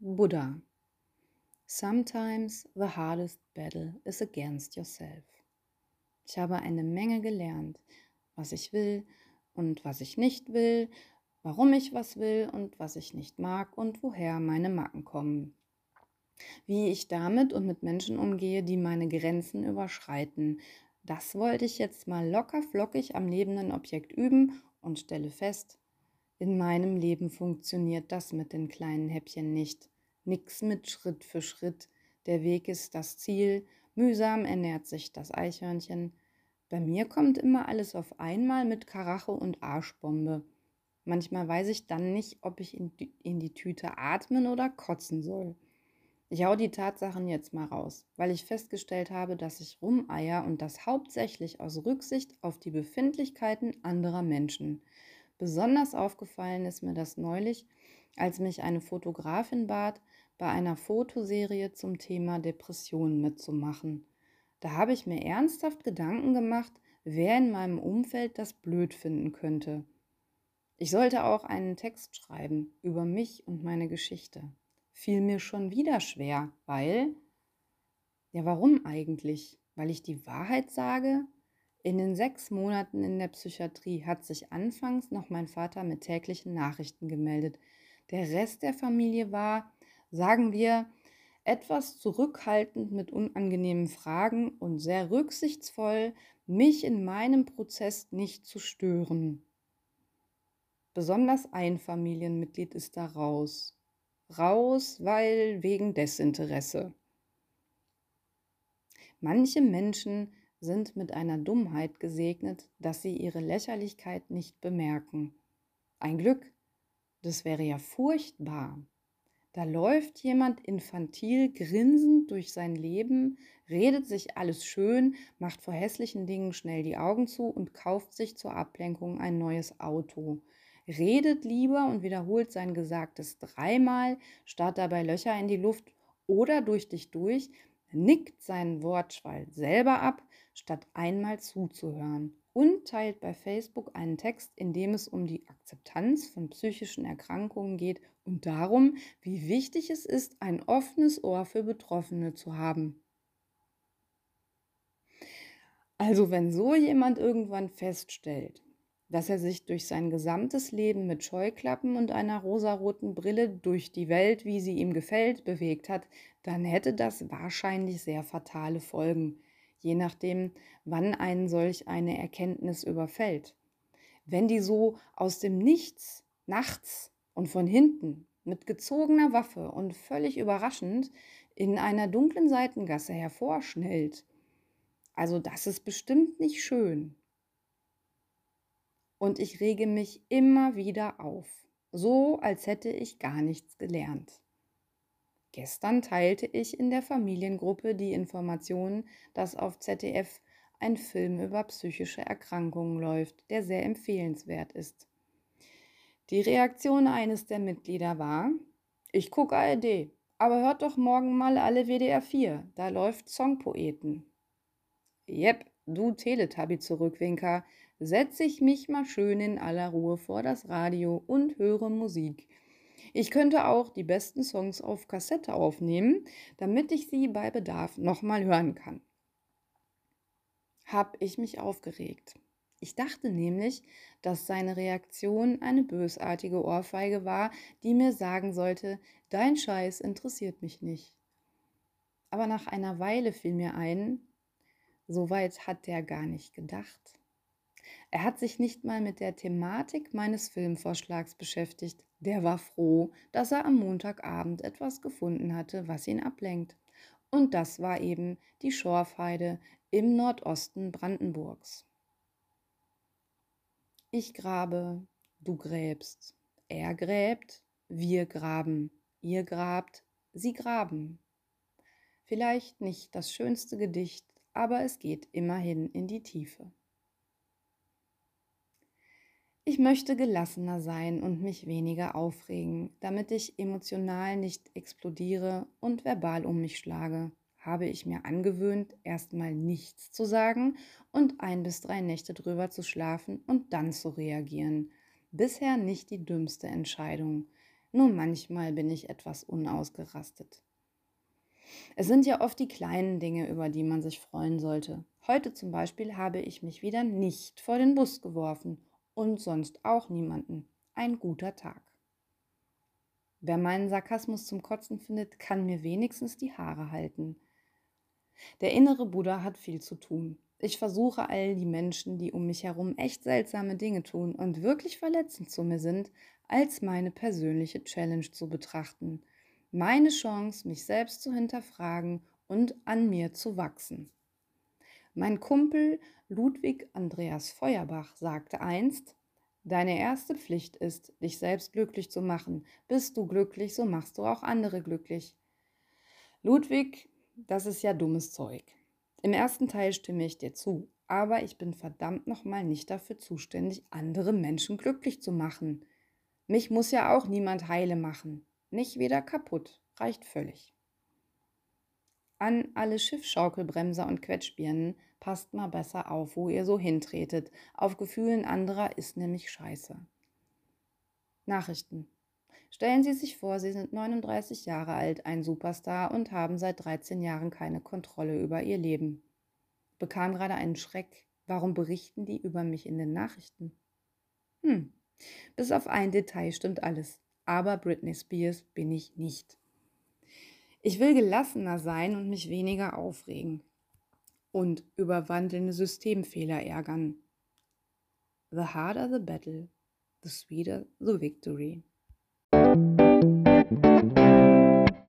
Buddha. Sometimes the hardest battle is against yourself. Ich habe eine Menge gelernt, was ich will und was ich nicht will, warum ich was will und was ich nicht mag und woher meine Macken kommen. Wie ich damit und mit Menschen umgehe, die meine Grenzen überschreiten. Das wollte ich jetzt mal locker flockig am lebenden Objekt üben und stelle fest, in meinem Leben funktioniert das mit den kleinen Häppchen nicht. Nix mit Schritt für Schritt. Der Weg ist das Ziel. Mühsam ernährt sich das Eichhörnchen. Bei mir kommt immer alles auf einmal mit Karacho und Arschbombe. Manchmal weiß ich dann nicht, ob ich in die Tüte atmen oder kotzen soll. Ich hau die Tatsachen jetzt mal raus, weil ich festgestellt habe, dass ich rumeier und das hauptsächlich aus Rücksicht auf die Befindlichkeiten anderer Menschen. Besonders aufgefallen ist mir das neulich, als mich eine Fotografin bat, bei einer Fotoserie zum Thema Depressionen mitzumachen. Da habe ich mir ernsthaft Gedanken gemacht, wer in meinem Umfeld das blöd finden könnte. Ich sollte auch einen Text schreiben über mich und meine Geschichte. Fiel mir schon wieder schwer, ja, warum eigentlich? Weil ich die Wahrheit sage? In den 6 Monaten in der Psychiatrie hat sich anfangs noch mein Vater mit täglichen Nachrichten gemeldet. Der Rest der Familie war, sagen wir, etwas zurückhaltend mit unangenehmen Fragen und sehr rücksichtsvoll, mich in meinem Prozess nicht zu stören. Besonders ein Familienmitglied ist da raus. Raus, weil wegen Desinteresse. Manche Menschen sind mit einer Dummheit gesegnet, dass sie ihre Lächerlichkeit nicht bemerken. Ein Glück, das wäre ja furchtbar. Da läuft jemand infantil grinsend durch sein Leben, redet sich alles schön, macht vor hässlichen Dingen schnell die Augen zu und kauft sich zur Ablenkung ein neues Auto. Redet lieber und wiederholt sein Gesagtes 3-mal, starrt dabei Löcher in die Luft oder durch dich durch, nickt seinen Wortschwall selber ab, statt einmal zuzuhören und teilt bei Facebook einen Text, in dem es um die Akzeptanz von psychischen Erkrankungen geht und darum, wie wichtig es ist, ein offenes Ohr für Betroffene zu haben. Also wenn so jemand irgendwann feststellt, dass er sich durch sein gesamtes Leben mit Scheuklappen und einer rosaroten Brille durch die Welt, wie sie ihm gefällt, bewegt hat, dann hätte das wahrscheinlich sehr fatale Folgen, je nachdem, wann einen solch eine Erkenntnis überfällt. Wenn die so aus dem Nichts, nachts und von hinten mit gezogener Waffe und völlig überraschend in einer dunklen Seitengasse hervorschnellt, also das ist bestimmt nicht schön. Und ich rege mich immer wieder auf, so als hätte ich gar nichts gelernt. Gestern teilte ich in der Familiengruppe die Information, dass auf ZDF ein Film über psychische Erkrankungen läuft, der sehr empfehlenswert ist. Die Reaktion eines der Mitglieder war: Ich gucke ARD, aber hört doch morgen mal alle WDR 4, da läuft Songpoeten. Jep, du Teletubby-Zurückwinker, setz ich mich mal schön in aller Ruhe vor das Radio und höre Musik. Ich könnte auch die besten Songs auf Kassette aufnehmen, damit ich sie bei Bedarf nochmal hören kann. Hab ich mich aufgeregt. Ich dachte nämlich, dass seine Reaktion eine bösartige Ohrfeige war, die mir sagen sollte, dein Scheiß interessiert mich nicht. Aber nach einer Weile fiel mir ein, so weit hat der gar nicht gedacht. Er hat sich nicht mal mit der Thematik meines Filmvorschlags beschäftigt. Der war froh, dass er am Montagabend etwas gefunden hatte, was ihn ablenkt. Und das war eben die Schorfheide im Nordosten Brandenburgs. Ich grabe, du gräbst. Er gräbt, wir graben. Ihr grabt, sie graben. Vielleicht nicht das schönste Gedicht, aber es geht immerhin in die Tiefe. Ich möchte gelassener sein und mich weniger aufregen, damit ich emotional nicht explodiere und verbal um mich schlage. Habe ich mir angewöhnt, erstmal nichts zu sagen und 1 bis 3 Nächte drüber zu schlafen und dann zu reagieren. Bisher nicht die dümmste Entscheidung. Nur manchmal bin ich etwas unausgerastet. Es sind ja oft die kleinen Dinge, über die man sich freuen sollte. Heute zum Beispiel habe ich mich wieder nicht vor den Bus geworfen und sonst auch niemanden. Ein guter Tag. Wer meinen Sarkasmus zum Kotzen findet, kann mir wenigstens die Haare halten. Der innere Buddha hat viel zu tun. Ich versuche all die Menschen, die um mich herum echt seltsame Dinge tun und wirklich verletzend zu mir sind, als meine persönliche Challenge zu betrachten. Meine Chance, mich selbst zu hinterfragen und an mir zu wachsen. Mein Kumpel Ludwig Andreas Feuerbach sagte einst: Deine erste Pflicht ist, dich selbst glücklich zu machen. Bist du glücklich, so machst du auch andere glücklich. Ludwig, das ist ja dummes Zeug. Im ersten Teil stimme ich dir zu, aber ich bin verdammt nochmal nicht dafür zuständig, andere Menschen glücklich zu machen. Mich muss ja auch niemand heile machen. Nicht wieder kaputt, reicht völlig. An alle Schiffschaukelbremser und Quetschbirnen, passt mal besser auf, wo ihr so hintretet. Auf Gefühlen anderer ist nämlich scheiße. Nachrichten. Stellen Sie sich vor, Sie sind 39 Jahre alt, ein Superstar und haben seit 13 Jahren keine Kontrolle über Ihr Leben. Bekam gerade einen Schreck. Warum berichten die über mich in den Nachrichten? Bis auf ein Detail stimmt alles. Aber Britney Spears bin ich nicht. Ich will gelassener sein und mich weniger aufregen und über wandelnde Systemfehler ärgern. The harder the battle, the sweeter the victory.